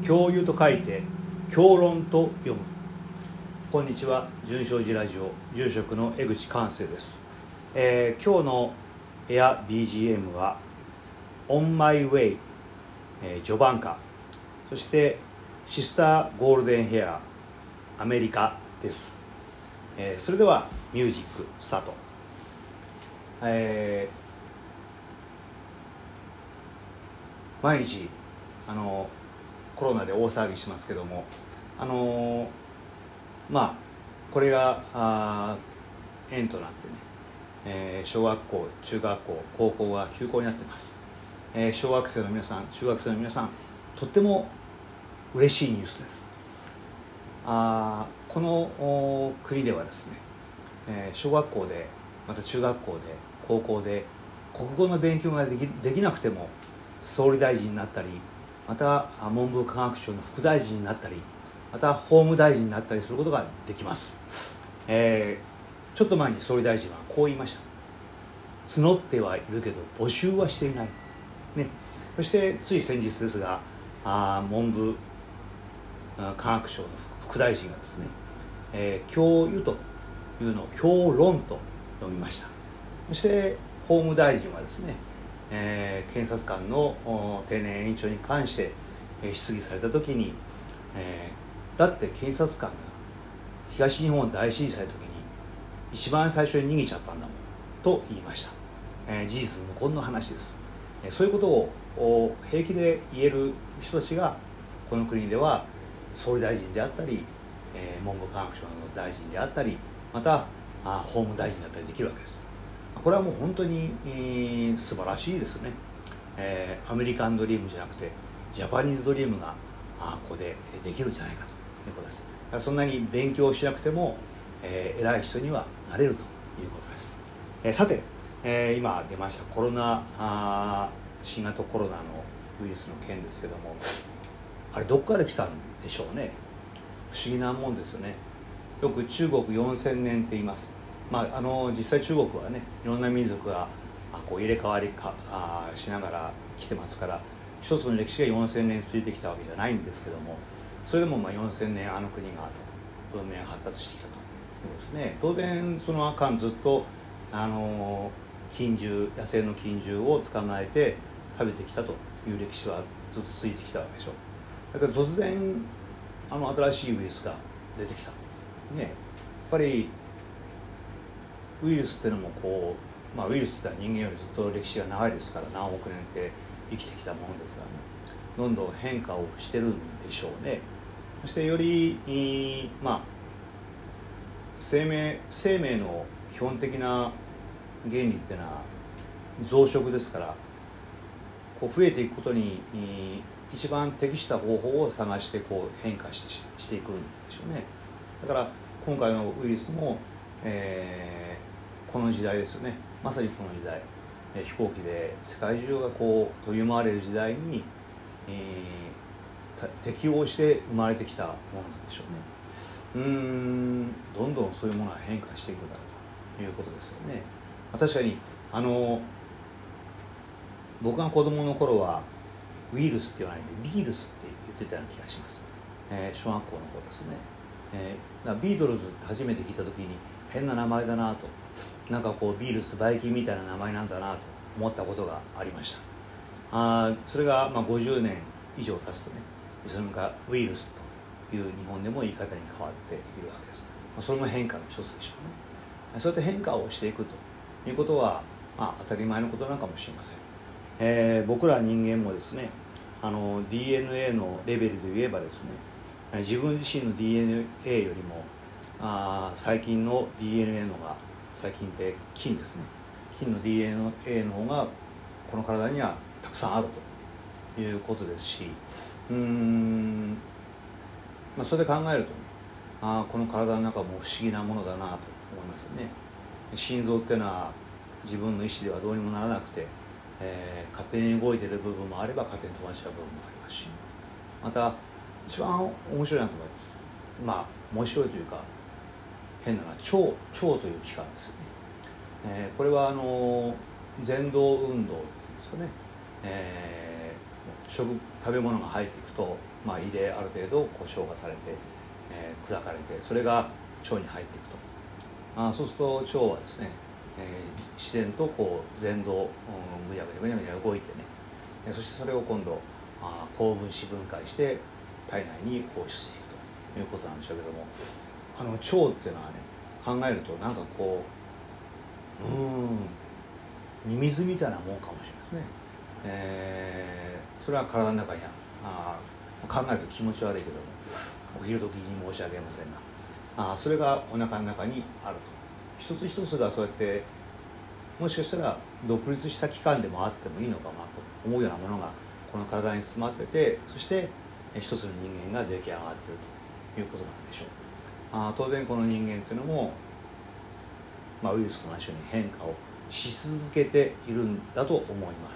教諭と書いて教論と読む。こんにちは、純正寺ラジオ住職の江口寛生です。今日のエア BGM は On My Way、序盤歌、そしてシスターゴールデンヘアアメリカです。それではミュージックスタート。毎日コロナで大騒ぎしますけども、これが縁となってね、小学校、中学校、高校が休校になってます。小学生の皆さん、中学生の皆さん、とっても嬉しいニュースです。この国ではですね、小学校で、また中学校で、高校で国語の勉強ができなくても総理大臣になったり、また文部科学省の副大臣になったり、また法務大臣になったりすることができます。ちょっと前に総理大臣はこう言いました。募ってはいるけど募集はしていない、ね、そしてつい先日ですが文部科学省の副大臣がですね、教諭というのを教論と読みました。そして法務大臣はですね、検察官の定年延長に関して質疑された時に、だって検察官が東日本大震災の時に一番最初に逃げちゃったんだもんと言いました。事実無根の話です。そういうことを平気で言える人たちがこの国では総理大臣であったり、文部科学省の大臣であったり、また法務大臣であったりできるわけです。これはもう本当に、素晴らしいですね。アメリカンドリームじゃなくてジャパニーズドリームがここでできるんじゃないかということです。だからそんなに勉強しなくても、偉い人にはなれるということです。さて、今出ました新型コロナのウイルスの件ですけども、あれどこから来たんでしょうね。不思議なもんですよね。よく中国4000年って言います。実際中国はね、いろんな民族が入れ替わりしながら来てますから、一つの歴史が4000年続いてきたわけじゃないんですけども、それでも4000年国が文明が発達してきたということですね。当然その間ずっと野生の菌獣を捕まえて食べてきたという歴史はずっと続いてきたわけでしょ。だけど突然新しいウイルスが出てきた、ね、やっぱりウイルスっていうのもウイルスってのは人間よりずっと歴史が長いですから、何億年って生きてきたものですからね、どんどん変化をしてるんでしょうね。そしてより生命の基本的な原理っていうのは増殖ですから、増えていくことに一番適した方法を探して変化していくんでしょうね。だから今回のウイルスも、この時代ですよね。まさにこの時代、飛行機で世界中が飛び回れる時代に、適応して生まれてきたものなんでしょうね。どんどんそういうものが変化していくだろうということですよね。確かに僕が子供の頃はウイルスって言わないでビールスって言ってたような気がします。小学校の頃ですね。ビートルズって初めて聞いた時に変な名前だなと、ビールスバイキンみたいな名前なんだなと思ったことがありました。それが50年以上経つとね、それがウイルスという日本でも言い方に変わっているわけです。それも変化の一つでしょうね。そうやって変化をしていくということは、当たり前のことなのかもしれません。僕ら人間もですね、DNA のレベルで言えばですね、自分自身の DNA よりも細菌の DNA のが、細菌って菌ですね、菌の DNA の方がこの体にはたくさんあるということですし、それで考えると、この体の中も不思議なものだなと思いますね。心臓っていうのは自分の意思ではどうにもならなくて、勝手に動いている部分もあれば勝手に飛ばしちゃう部分もありますし、また一番面白いなと思います。面白いというか変なのは腸という器官ですよね。これは蠕動運動っていうんですかね、 食べ物が入っていくと、胃である程度こう消化されて、砕かれて、それが腸に入っていくと、そうすると腸はですね、自然とこう蠕動、ぐにゃぐにゃ動いてね、そしてそれを今度高分子分解して体内に放出していくということなんでしょうけども、腸っていうのはね、考えるとなんかこうミミズみたいなもんかもしれないですね。それは体の中に考えると気持ち悪いけども、お昼時に申し訳ありませんが、それがお腹の中にあると。一つ一つがそうやってもしかしたら独立した器官でもあってもいいのかなと思うようなものがこの体に詰まってて、そして一つの人間が出来上がっているということなんでしょう。当然この人間というのも、ウイルスと同じように変化をし続けているんだと思います。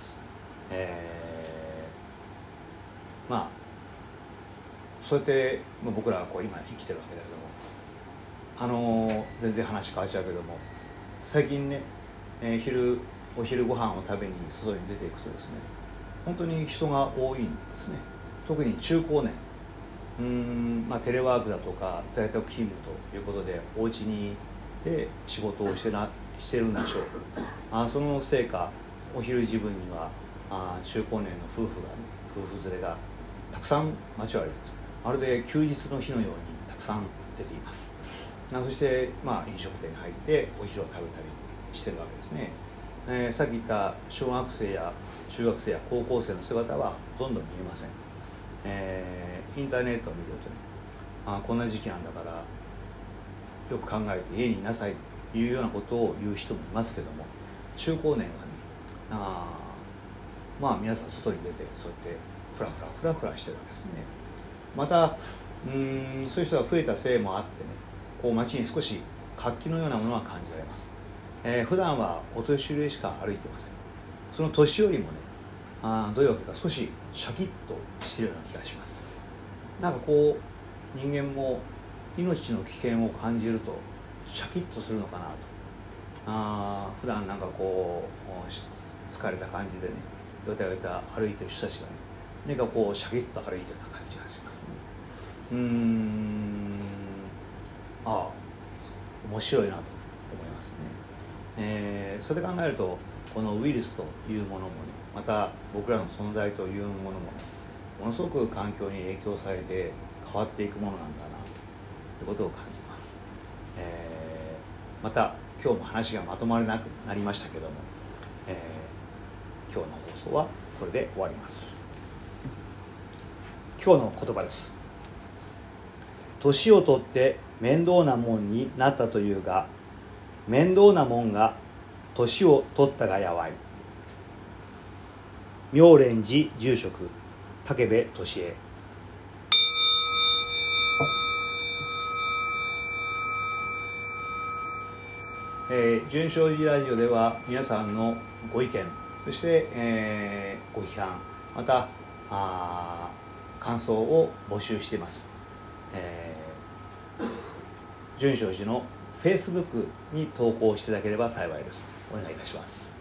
そうやって僕らはこう今生きてるわけだけども、全然話変わっちゃうけども、最近ね、お昼ご飯を食べに外に出ていくとですね、本当に人が多いんですね。特に中高年、テレワークだとか在宅勤務ということでお家にで仕事をしてるんでしょう。そのせいかお昼時分には中高年の夫婦連れがたくさん街を歩いています。まるで休日の日のようにたくさん出ています。そして、飲食店に入ってお昼を食べたりしてるわけですね。さっき言った小学生や中学生や高校生の姿はほとんど見えません。インターネットを見るとね、こんな時期なんだからよく考えて家にいなさいというようなことを言う人もいますけども、中高年はね、皆さん外に出てそうやってフラフラしてるわけですね。またそういう人が増えたせいもあってね、こう街に少し活気のようなものが感じられます。普段はお年寄りしか歩いてません。その年寄りもね、どういうわけか少しシャキッとしているような気がします。なんかこう人間も命の危険を感じるとシャキッとするのかなと。普段なんかこう疲れた感じでね、よたよた歩いてる人たちがね、何かこうシャキッと歩いてるような感じがしますね。面白いなと思いますね。それで考えるとこのウイルスというものもね、また僕らの存在というものもね、ものすごく環境に影響されて変わっていくものなんだなということを感じます。また今日も話がまとまらなくなりましたけども、今日の放送はこれで終わります。今日の言葉です。年をとって面倒なもんになったというが、面倒なもんが年を取ったがやわい。妙蓮寺住職武部俊恵。純正寺ラジオでは皆さんのご意見、そして、ご批判、また感想を募集しています。純正寺の Facebook に投稿していただければ幸いです。お願いいたします。